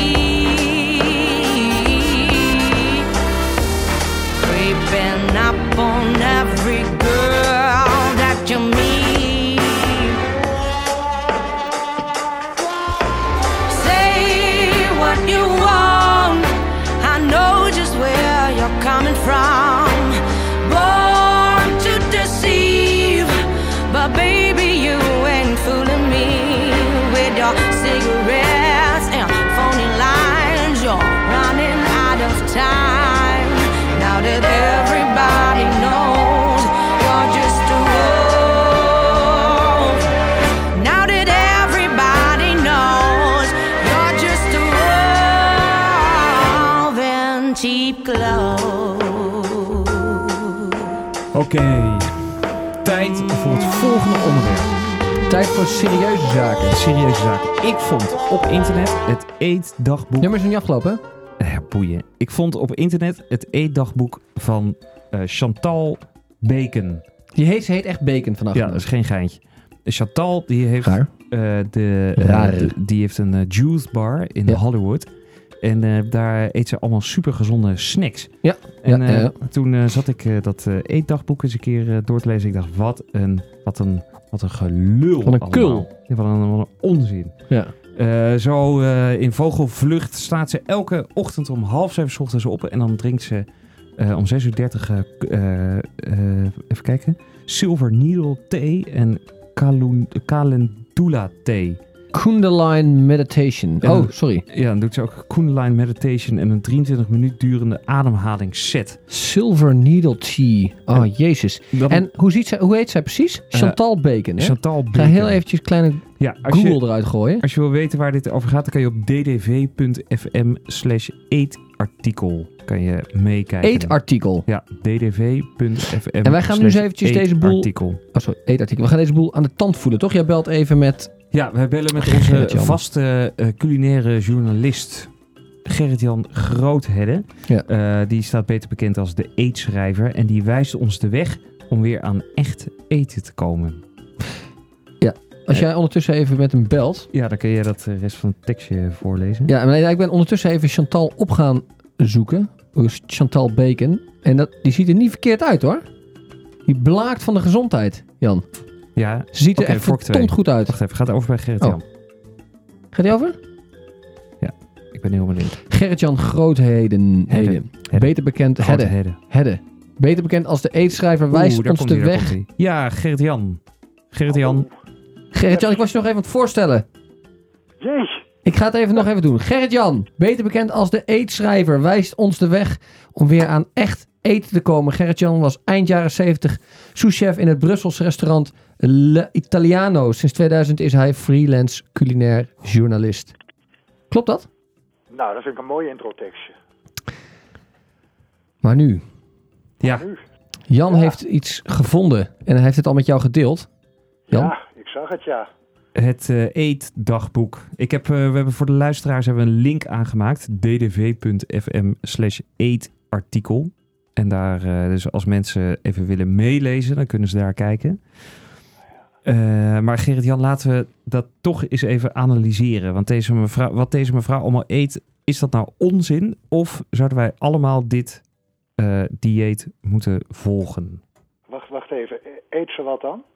feed, creeping up on every girl that you meet. Say what you want, I know just where you're coming from. Born to deceive, but baby you ain't fooling me with your cigarettes and phony lines. You're running out of time. Now that everybody knows you're just a wolf. Now that everybody knows you're just a wolf in cheap clothes. Oké, okay. Tijd voor het volgende onderwerp. Tijd voor serieuze zaken. Serieuze zaken. Ik vond op internet het eetdagboek... Nummer is nog niet afgelopen, hè? Ja, boeien. Ik vond op internet het eetdagboek van uh, Chantal Bacon. Die heet, ze heet echt Bacon vannacht. Ja, dat is geen geintje. Chantal, die heeft... Gaar. uh, de, Raar. uh, de, die heeft een uh, juice bar in Ja. Hollywood. En uh, daar eet ze allemaal supergezonde snacks. Ja. En ja, uh, ja, ja. toen uh, zat ik uh, dat uh, eetdagboek eens een keer uh, door te lezen. Ik dacht, wat een, wat een, wat een gelul. Wat een allemaal. kul. Ja, wat, een, wat een onzin. Ja. Uh, zo uh, in vogelvlucht staat ze elke ochtend om half zeven 's ochtends op. En dan drinkt ze uh, om zes uur dertig, uh, uh, uh, even kijken, Silver Needle thee en Kalun- Calendula thee. Kundalini Meditation. Ja, oh, sorry. Ja, dan doet ze ook Kundalini Meditation en een drieëntwintig minuut durende ademhalingsset. Silver Needle Tea. Oh, En- jezus. Dan- En hoe, ziet zij, hoe heet zij precies? Chantal Bacon, hè? Chantal Ik ga Bacon. heel eventjes een kleine Ja, als Google je, eruit gooien. als je wil weten waar dit over gaat, dan kan je op ddv.fm slash eetartikel kan je meekijken. Eetartikel. Ja, ddv.fm En wij gaan nu eens slash eventjes deze boel- eetartikel. Oh, sorry. Eetartikel. We gaan deze boel aan de tand voelen, toch? Jij belt even met... Ja, wij bellen met onze Gerrit-Jan. vaste uh, culinaire journalist Gerrit-Jan Groothedde. Ja. Uh, die staat beter bekend als de eetschrijver. En die wijst ons de weg om weer aan echt eten te komen. Als jij ondertussen even met hem belt... Ja, dan kun jij dat uh, rest van het tekstje voorlezen. Ja, maar ik ben ondertussen even Chantal op gaan zoeken. Dus Chantal Bacon. En dat, die ziet er niet verkeerd uit, hoor. Die blaakt van de gezondheid, Jan. Ja, Ze ziet er oké, echt vork twee. verdomd goed uit. Wacht even, gaat het over bij Gerrit-Jan. Gaat die over? Ik ben heel benieuwd. Gerrit-Jan Grootheden. Hedde. Heden. Beter bekend... Hedde. Hedde. Hedde. Beter bekend als de eetschrijver wijst Oeh, daar ons komt de hij, daar weg. komt hij. Ja, Gerrit-Jan. Gerrit-Jan. Gerrit-Jan, ik was je nog even aan het voorstellen. Jeez. Ik ga het even nog even doen. Gerrit-Jan, beter bekend als de eetschrijver, wijst ons de weg om weer aan echt eten te komen. Gerrit-Jan was eind jaren zeventig souschef in het Brusselse restaurant Le Italiano. Sinds tweeduizend is hij freelance culinair journalist. Klopt dat? Nou, dat vind ik een mooie introtekstje. Maar nu, Ja, Nu? Jan Ja. heeft iets gevonden en hij heeft het al met jou gedeeld. Jan? Ja, ik zag het, ja. het uh, eetdagboek. Ik heb, uh, we hebben voor de luisteraars hebben we een link aangemaakt. ddv.fm slash eetartikel. En daar, uh, dus als mensen even willen meelezen, dan kunnen ze daar kijken. Uh, maar Gerrit-Jan, laten we dat toch eens even analyseren. Want deze mevrouw, wat deze mevrouw allemaal eet, is dat nou onzin? Of zouden wij allemaal dit uh, dieet moeten volgen? Wacht, wacht even. Eet ze wat dan?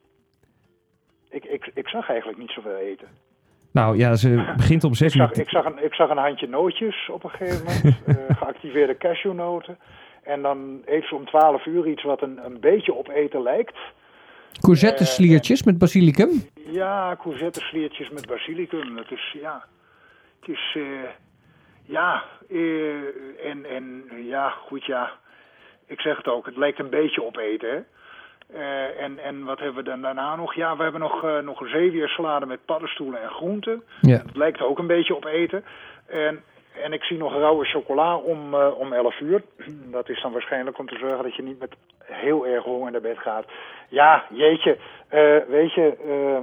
Ik, ik, ik zag eigenlijk niet zoveel eten. Nou ja, ze begint om zes Ik zag, uur. ik, zag een, ik zag een handje nootjes op een gegeven moment. uh, geactiveerde cashewnoten. En dan eet ze om twaalf uur iets wat een, een beetje op eten lijkt. Courgette-sliertjes met basilicum. Ja, courgette-sliertjes met basilicum. Het is, ja... Het is, uh, ja... Uh, en, en, ja, goed, ja... Ik zeg het ook, het lijkt een beetje op eten, hè. Uh, en, en wat hebben we dan daarna nog? Ja, we hebben nog, uh, nog een zeewiersalade met paddenstoelen en groenten. Ja. Het lijkt ook een beetje op eten. En, en ik zie nog rauwe chocola om, uh, om elf uur. Dat is dan waarschijnlijk om te zorgen dat je niet met heel erg honger naar bed gaat. Ja, jeetje, uh, weet je... Uh,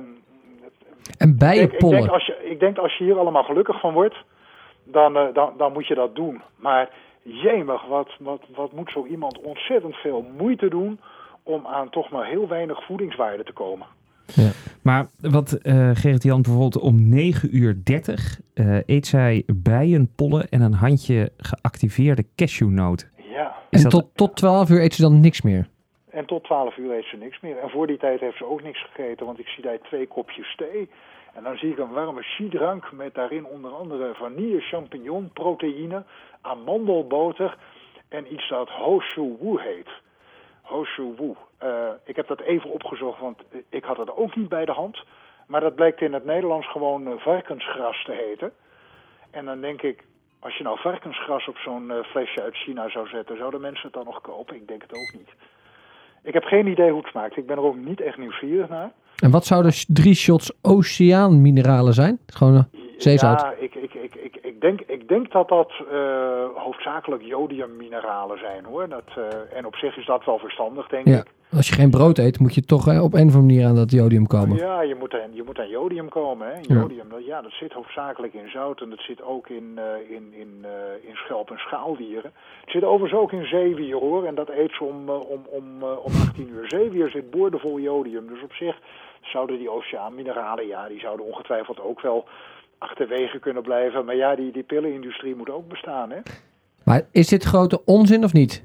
En ik, denk, ik, bijenpollen. denk als je, ik denk als je hier allemaal gelukkig van wordt, dan, uh, dan, dan moet je dat doen. Maar jemig, wat, wat, wat moet zo iemand ontzettend veel moeite doen om aan toch maar heel weinig voedingswaarde te komen. Ja. Maar wat uh, Gerrit-Jan bijvoorbeeld om negen uur dertig uh, eet zij bijenpollen en een handje geactiveerde cashewnoot. Ja. Is En dat- tot, tot twaalf uur eet ze dan niks meer. En tot twaalf uur eet ze niks meer. En voor die tijd heeft ze ook niks gegeten, want ik zie daar twee kopjes thee. En dan zie ik een warme skidrank met daarin onder andere vanille, champignon, proteïne, amandelboter en iets dat ho shu wu heet. Ho shu wu. Uh, ik heb dat even opgezocht, want ik had het ook niet bij de hand. Maar dat blijkt in het Nederlands gewoon uh, varkensgras te heten. En dan denk ik, als je nou varkensgras op zo'n uh, flesje uit China zou zetten, zouden mensen het dan nog kopen? Ik denk het ook niet. Ik heb geen idee hoe het smaakt. Ik ben er ook niet echt nieuwsgierig naar. En wat zouden sh- drie shots oceaanmineralen zijn? Gewoon uh, zeezout. Ja, ik, ik, ik, ik, ik, denk, ik denk dat dat uh, hoofdzakelijk jodiummineralen zijn, hoor. Dat, uh, en op zich is dat wel verstandig, denk Ja. ik. Als je geen brood eet, moet je toch hè, op een of andere manier aan dat jodium komen. Ja, je moet, aan, je moet aan jodium komen. Hè. Jodium, dat, ja, dat zit hoofdzakelijk in zout en dat zit ook in, uh, in, in, uh, in schelp- en schaaldieren. Het zit overigens ook in zeewier hoor. En dat eet ze om, uh, om, om, uh, om achttien uur. Zeewier zit boordevol jodium. Dus op zich zouden die oceaanmineralen, ja, die zouden ongetwijfeld ook wel achterwege kunnen blijven. Maar ja, die, die pillenindustrie moet ook bestaan, hè. Maar is dit grote onzin of niet?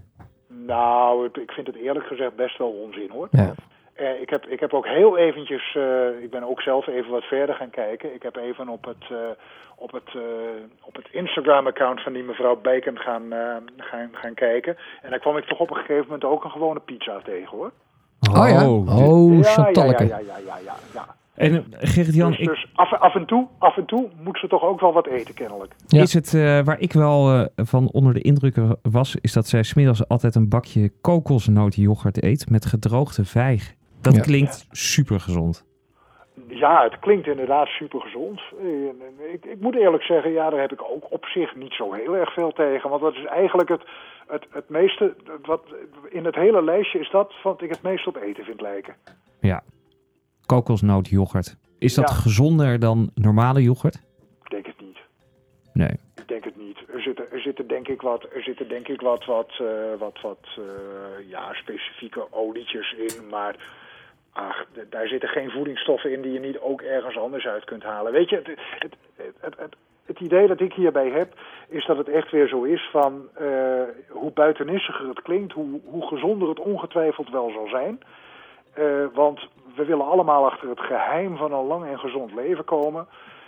Nou, ik vind het eerlijk gezegd best wel onzin, hoor. Ja. Uh, ik, heb, ik heb ook heel eventjes, uh, ik ben ook zelf even wat verder gaan kijken. Ik heb even op het, uh, op het, uh, op het Instagram-account van die mevrouw Bacon gaan, uh, gaan, gaan kijken. En daar kwam ik toch op een gegeven moment ook een gewone pizza tegen, hoor. Oh ja? Oh, Chantalleke. Ja, ja, ja, ja, ja, ja. En uh, Gerrit-Jan... Dus, ik... dus af, af, en toe, af en toe moet ze toch ook wel wat eten, kennelijk. Ja. Is het, uh, waar ik wel uh, van onder de indruk was, is dat zij 's middags altijd een bakje kokosnootyoghurt eet met gedroogde vijg. Dat Ja. klinkt super gezond. Ja, het klinkt inderdaad super gezond. Ik, ik moet eerlijk zeggen, ja, daar heb ik ook op zich niet zo heel erg veel tegen. Want dat is eigenlijk het, het, het meeste, wat in het hele lijstje is dat wat ik het meest op eten vind lijken. Ja, kokosnootyoghurt. Is dat Ja. gezonder dan normale yoghurt? Ik denk het niet. Nee. Ik denk het niet. Er zitten, er zitten denk ik wat, er zitten denk ik wat, wat, uh, wat, wat uh, ja, specifieke olietjes in, maar ach, d- daar zitten geen voedingsstoffen in die je niet ook ergens anders uit kunt halen. Weet je, het, het, het, het, het, het idee dat ik hierbij heb, is dat het echt weer zo is van uh, hoe buitennissiger het klinkt, hoe, hoe gezonder het ongetwijfeld wel zal zijn. Uh, want we willen allemaal achter het geheim van een lang en gezond leven komen.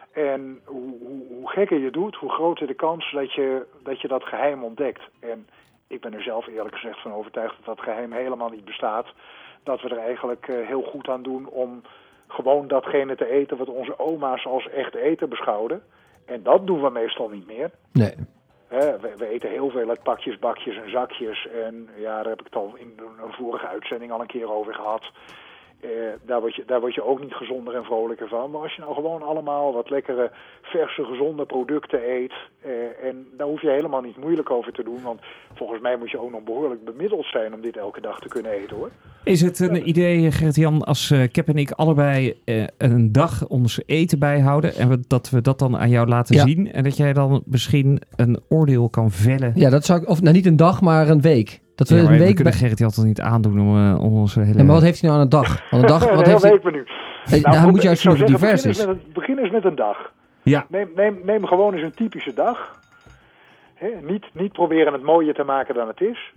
En hoe, hoe, hoe gekker je doet, hoe groter de kans dat je, dat je dat geheim ontdekt. En ik ben er zelf eerlijk gezegd van overtuigd dat dat geheim helemaal niet bestaat. Dat we er eigenlijk uh, heel goed aan doen om gewoon datgene te eten wat onze oma's als echt eten beschouwden. En dat doen we meestal niet meer. Nee. Hè, we, we eten heel veel uit pakjes, bakjes en zakjes. En ja, daar heb ik het al in een vorige uitzending al een keer over gehad. Uh, daar, word je, daar word je ook niet gezonder en vrolijker van. Maar als je nou gewoon allemaal wat lekkere, verse, gezonde producten eet. Uh, en daar hoef je helemaal niet moeilijk over te doen. Want volgens mij moet je ook nog behoorlijk bemiddeld zijn om dit elke dag te kunnen eten, hoor. Is het een idee, Gerrit-Jan, als uh, Cap en ik allebei uh, een dag ons eten bijhouden en we, dat we dat dan aan jou laten Ja. zien en dat jij dan misschien een oordeel kan vellen? Ja, dat zou ik, of nou niet een dag, maar een week. Dat we Ja, maar een we week kunnen bij- Gerrit-Jan toch niet aandoen om, uh, om onze hele... Ja, maar wat heeft hij nou aan een dag? Want een dag, wat Een heeft heel hij... weekmenu. Hey, nou, hij moet juist ik zien of zou het zeggen, divers begin is. eens met een- Begin eens met een dag. Ja. Neem, neem, neem gewoon eens een typische dag. He, niet, niet proberen het mooier te maken dan het is.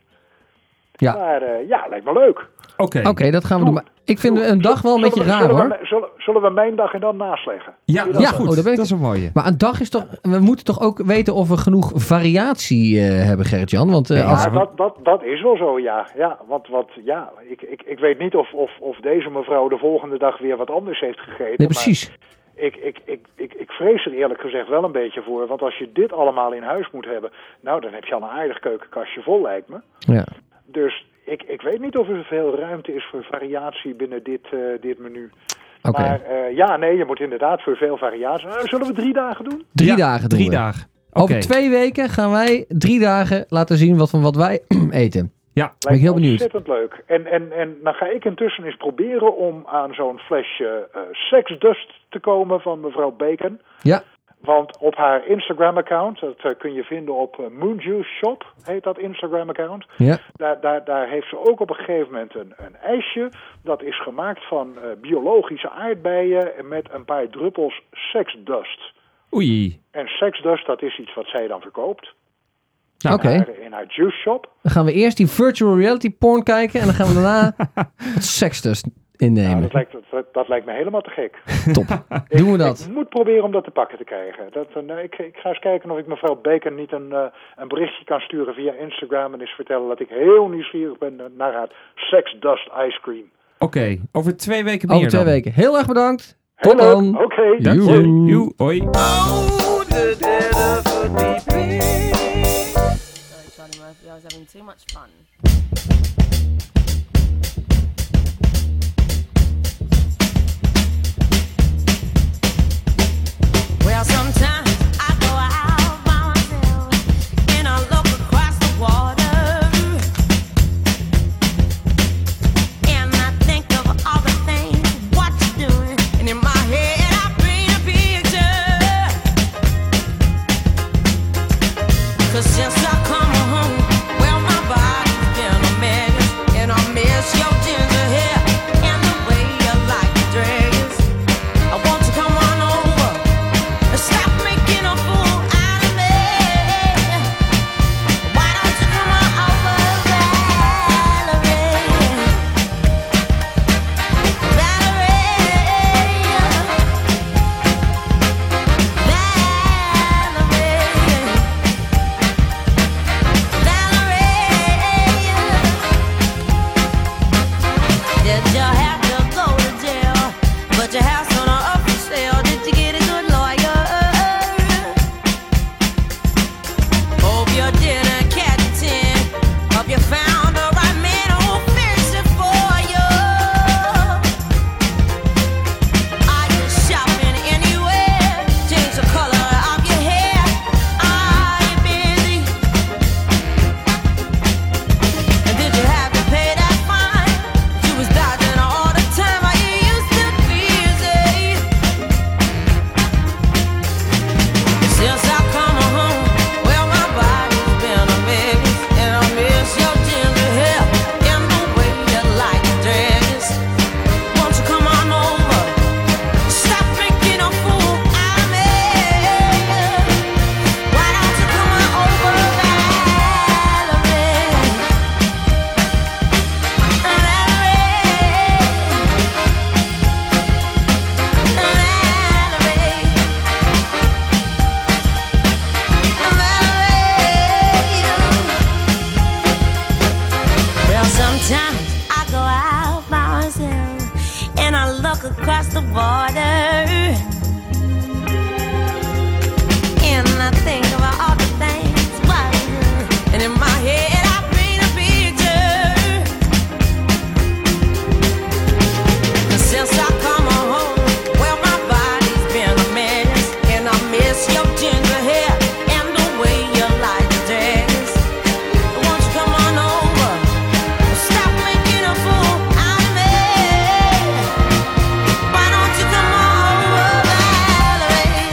Ja. Maar uh, ja, lijkt me leuk. Oké. Oké, dat gaan we doen. Maar ik vind een dag wel een Zullen beetje we- raar, zullen hoor. We, zullen, zullen we mijn dag en dan nasleggen? Ja, Doe je dat is Ja, goed. oh, daar ben ik- Dat is een mooie. Maar een dag is toch... We moeten toch ook weten of we genoeg variatie uh, hebben, Gerrit-Jan? Want uh, Ja, als... Ja, dat, dat, dat is wel zo, ja. ja want want ja, ik, ik, ik weet niet of, of, of deze mevrouw de volgende dag weer wat anders heeft gegeten. Nee, precies. Maar ik, ik, ik, ik, ik vrees er eerlijk gezegd wel een beetje voor. Want als je dit allemaal in huis moet hebben, nou, dan heb je al een aardig keukenkastje vol, lijkt me. Ja. Dus ik, ik weet niet of er veel ruimte is voor variatie binnen dit, uh, dit menu. Oké. Maar uh, ja, nee, je moet inderdaad voor veel variatie. Uh, zullen we drie dagen doen? Drie Ja, dagen doen Drie we. dagen. Oké. Over twee weken gaan wij drie dagen laten zien wat, van wat wij eten. Ja. Ben ik heel benieuwd. Ontzettend leuk. En, en, en dan ga ik intussen eens proberen om aan zo'n flesje uh, Sexdust te komen van mevrouw Bacon. Ja. Want op haar Instagram-account, dat uh, kun je vinden op uh, Moonjuice Shop, heet dat Instagram-account. Ja. Daar, daar, daar heeft ze ook op een gegeven moment een, een ijsje. Dat is gemaakt van uh, biologische aardbeien met een paar druppels Sexdust. Oei. En Sexdust, dat is iets wat zij dan verkoopt. Nou, Oké. In haar, in haar juice shop. Dan gaan we eerst die virtual reality porn kijken en dan gaan we daarna wat Sexdust Nou, innemen. dat, lijkt, dat, dat lijkt me helemaal te gek. Top. Doen we dat. Ik moet proberen om dat te pakken te krijgen. Dat, uh, ik, ik ga eens kijken of ik mevrouw Bacon niet een, uh, een berichtje kan sturen via Instagram en eens vertellen dat ik heel nieuwsgierig ben uh, naar haar Sexdust Ice Cream. Oké, over twee weken meer Over twee dan. weken. Heel erg bedankt. Heel Tot leuk. dan. Oké. Okay. Dank je. Joe. Hoi. Sorry, Charlie Murphy, I was having too much fun. Well, sometimes I go out by myself and I look across the water. across the water. And I think about all the things, but and in my head I paint a picture. Since I come home, well my body's been a mess, and I miss your ginger hair and the way you like to dance. Won't you come on over? Stop making a fool out of me. Why don't you come over, Valerie?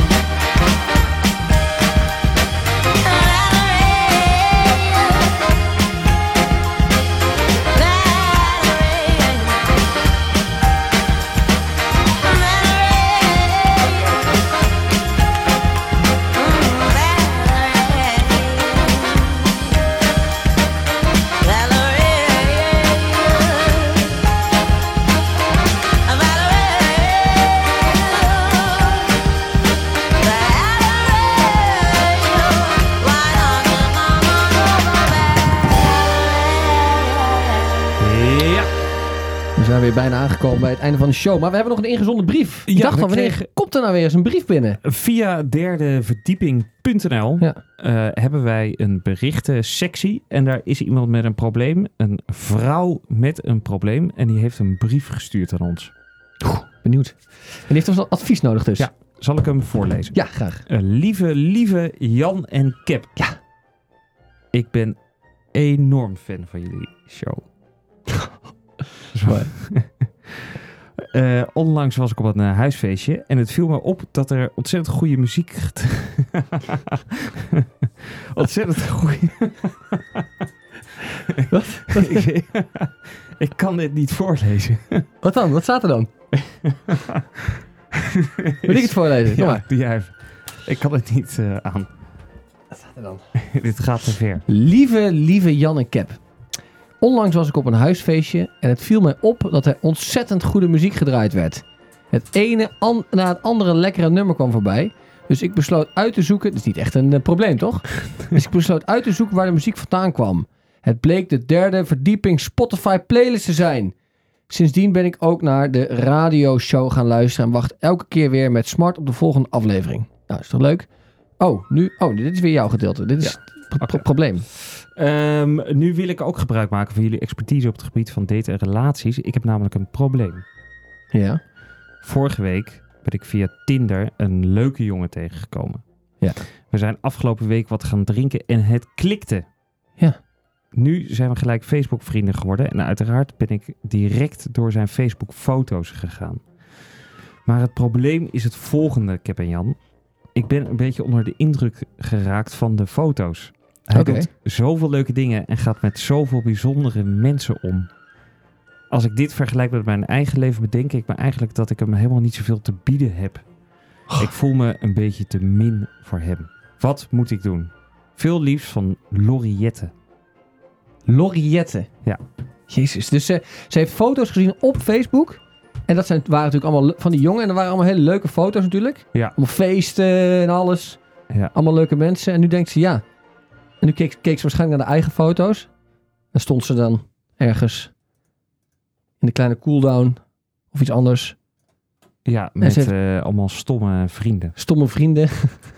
We zijn weer bijna aangekomen bij het einde van de show. Maar we hebben nog een ingezonden brief. Ik Ja, dacht we van, wanneer kregen- komt er nou weer eens een brief binnen? Via derdeverdieping punt n l Ja. eh, hebben wij een berichtensectie. En daar is iemand met een probleem. Een vrouw met een probleem. En die heeft een brief gestuurd aan ons. Benieuwd. En die heeft ons advies nodig dus. Ja, zal ik hem voorlezen? Ja, graag. Uh, lieve, lieve Jan en Cap. Ja. Ik ben enorm fan van jullie show. Zo. Uh, onlangs was ik op een uh, huisfeestje en het viel me op dat er ontzettend goede muziek... ontzettend goede... Wat? ik, ik kan dit niet voorlezen. Wat dan? Wat staat er dan? Wil ik het voorlezen? Kom Ja, maar. doe jij even. Ik kan het niet uh, aan. Wat staat er dan? Dit gaat te ver. Lieve, lieve Jan en Cap. Onlangs was ik op een huisfeestje en het viel mij op dat er ontzettend goede muziek gedraaid werd. Het ene an- na het andere lekkere nummer kwam voorbij. Dus ik besloot uit te zoeken... Dat is niet echt een uh, probleem, toch? Dus ik besloot uit te zoeken waar de muziek vandaan kwam. Het bleek de derde verdieping Spotify playlist te zijn. Sindsdien ben ik ook naar de radioshow gaan luisteren en wacht elke keer weer met smart op de volgende aflevering. Nou, is toch leuk? Oh, nu, oh dit is weer jouw gedeelte. Dit is Ja. het pro- Oké. probleem. Um, nu wil ik ook gebruik maken van jullie expertise op het gebied van daten en relaties. Ik heb namelijk een probleem. Ja. Vorige week ben ik via Tinder een leuke jongen tegengekomen. Ja. We zijn afgelopen week wat gaan drinken en het klikte. Ja. Nu zijn we gelijk Facebook vrienden geworden en uiteraard ben ik direct door zijn Facebook foto's gegaan. Maar het probleem is het volgende, Cap en Jan. Ik ben een beetje onder de indruk geraakt van de foto's. Hij Oké. doet zoveel leuke dingen en gaat met zoveel bijzondere mensen om. Als ik dit vergelijk met mijn eigen leven, bedenk ik me eigenlijk dat ik hem helemaal niet zoveel te bieden heb. Ik voel me een beetje te min voor hem. Wat moet ik doen? Veel liefs van Loriette. Loriette. Ja. Jezus. Dus ze, ze heeft foto's gezien op Facebook. En dat zijn, waren natuurlijk allemaal le- van die jongen. En dat waren allemaal hele leuke foto's natuurlijk. Ja. Allemaal feesten en alles. Ja. Allemaal leuke mensen. En nu denkt ze ja. En nu keek, keek ze waarschijnlijk naar de eigen foto's. Dan stond ze dan ergens in de kleine cooldown. Of iets anders. Ja, met ze heeft- eh, allemaal stomme vrienden. Stomme vrienden.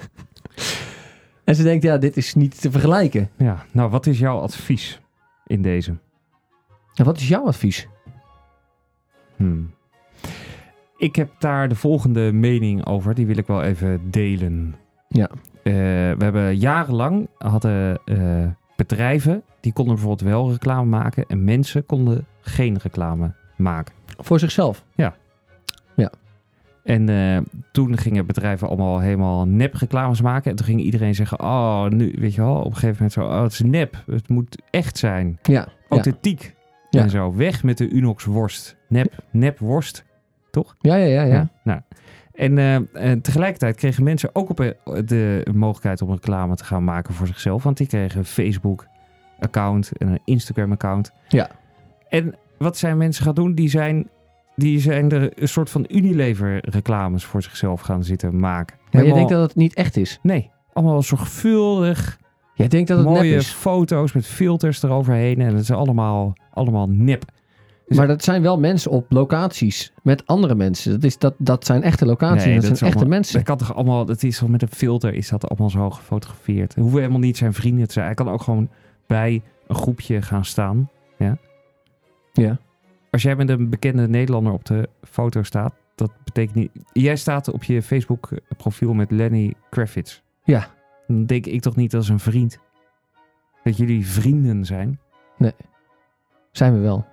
En ze denkt ja, dit is niet te vergelijken. Ja, nou wat is jouw advies in deze? En wat is jouw advies? Hmm. Ik heb daar de volgende mening over. Die wil ik wel even delen. Ja. Eh, we hebben jarenlang hadden eh, bedrijven die konden bijvoorbeeld wel reclame maken en mensen konden geen reclame maken. Voor zichzelf? Ja. Ja. En uh, toen gingen bedrijven allemaal helemaal nep reclames maken. En toen ging iedereen zeggen, oh, nu, weet je wel, op een gegeven moment zo, oh, het is nep. Het moet echt zijn. Ja. Authentiek. Ja. En zo, weg met de Unox worst. Nep, nep worst. Toch? Ja, ja, ja. ja. Ja, nou. En, uh, en tegelijkertijd kregen mensen ook op de mogelijkheid om reclame te gaan maken voor zichzelf. Want die kregen een Facebook-account en een Instagram-account. Ja. En wat zijn mensen gaan doen? Die zijn, die zijn er een soort van Unilever-reclames voor zichzelf gaan zitten maken. Maar je Helemaal- denkt dat het niet echt is? Nee, allemaal zorgvuldig. Jij denkt dat het mooie nep is? foto's met filters eroverheen. En het is allemaal, allemaal nep. Dus maar dat zijn wel mensen op locaties met andere mensen. Dat, is, dat, dat zijn echte locaties. Nee, dat, dat zijn is echte allemaal, mensen. Dat kan toch allemaal, dat is toch met een filter is dat allemaal zo gefotografeerd. Het hoeven helemaal niet zijn vrienden te zijn. Hij kan ook gewoon bij een groepje gaan staan. Ja. Ja. Als jij met een bekende Nederlander op de foto staat, dat betekent niet... Jij staat op je Facebook profiel met Lenny Kravitz. Ja. Dan denk ik toch niet als een vriend. Dat jullie vrienden zijn. Nee. Zijn we wel.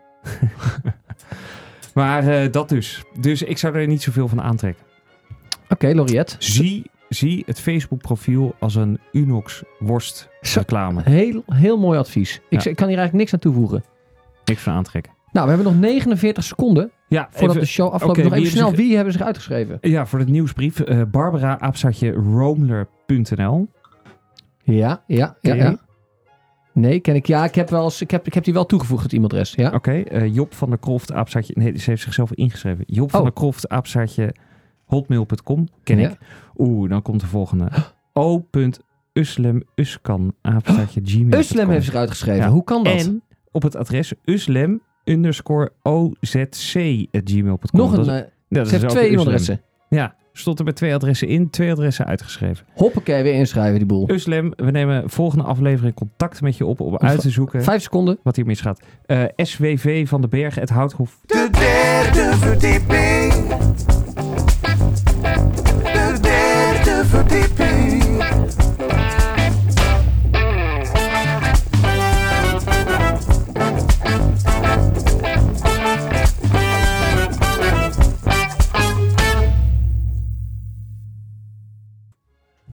Maar uh, dat dus. Dus ik zou er niet zoveel van aantrekken. Oké, okay, Lauriette. Zie, zie het Facebook profiel als een Unox worst reclame. Heel, heel mooi advies. Ik, Ja. ik kan hier eigenlijk niks aan toevoegen. Niks van aantrekken. Nou, we hebben nog negenenveertig seconden Ja, voordat even- de show afloopt. Oké, nog even wie snel, hebben zich- wie hebben zich uitgeschreven? Ja, voor de nieuwsbrief. Uh, Barbara, apenstaartje roamler punt n l. Ja, ja, ja, Ken je ja. die? Nee, ken ik. Ja, ik heb, wel eens, ik heb, ik heb die wel toegevoegd, het e-mailadres. Ja? Oké, uh, Job van der Kroft, apenstaartje... Nee, ze heeft zichzelf ingeschreven. Job van Oh. der Kroft, apenstaartje hotmail punt com. Ken Ja. ik. Oeh, dan komt de volgende. o.uslemuskan, apenstaartje gmail punt com. Uslem heeft zich uitgeschreven. Ja. Hoe kan dat? En op het adres uslem underscore ozc at gmail punt com. Nog een... Dat is- eh, Ja, dat ze is heeft ook twee Uslem. e-mailadressen. Ja, stond er met twee adressen in, twee adressen uitgeschreven. Hoppakee, weer inschrijven die boel. Uslem, we nemen volgende aflevering contact met je op om uit te zoeken Vijf seconden. wat hier misgaat. Uh, S W V van de Berg, het Houthof. De derde verdieping. De derde verdieping.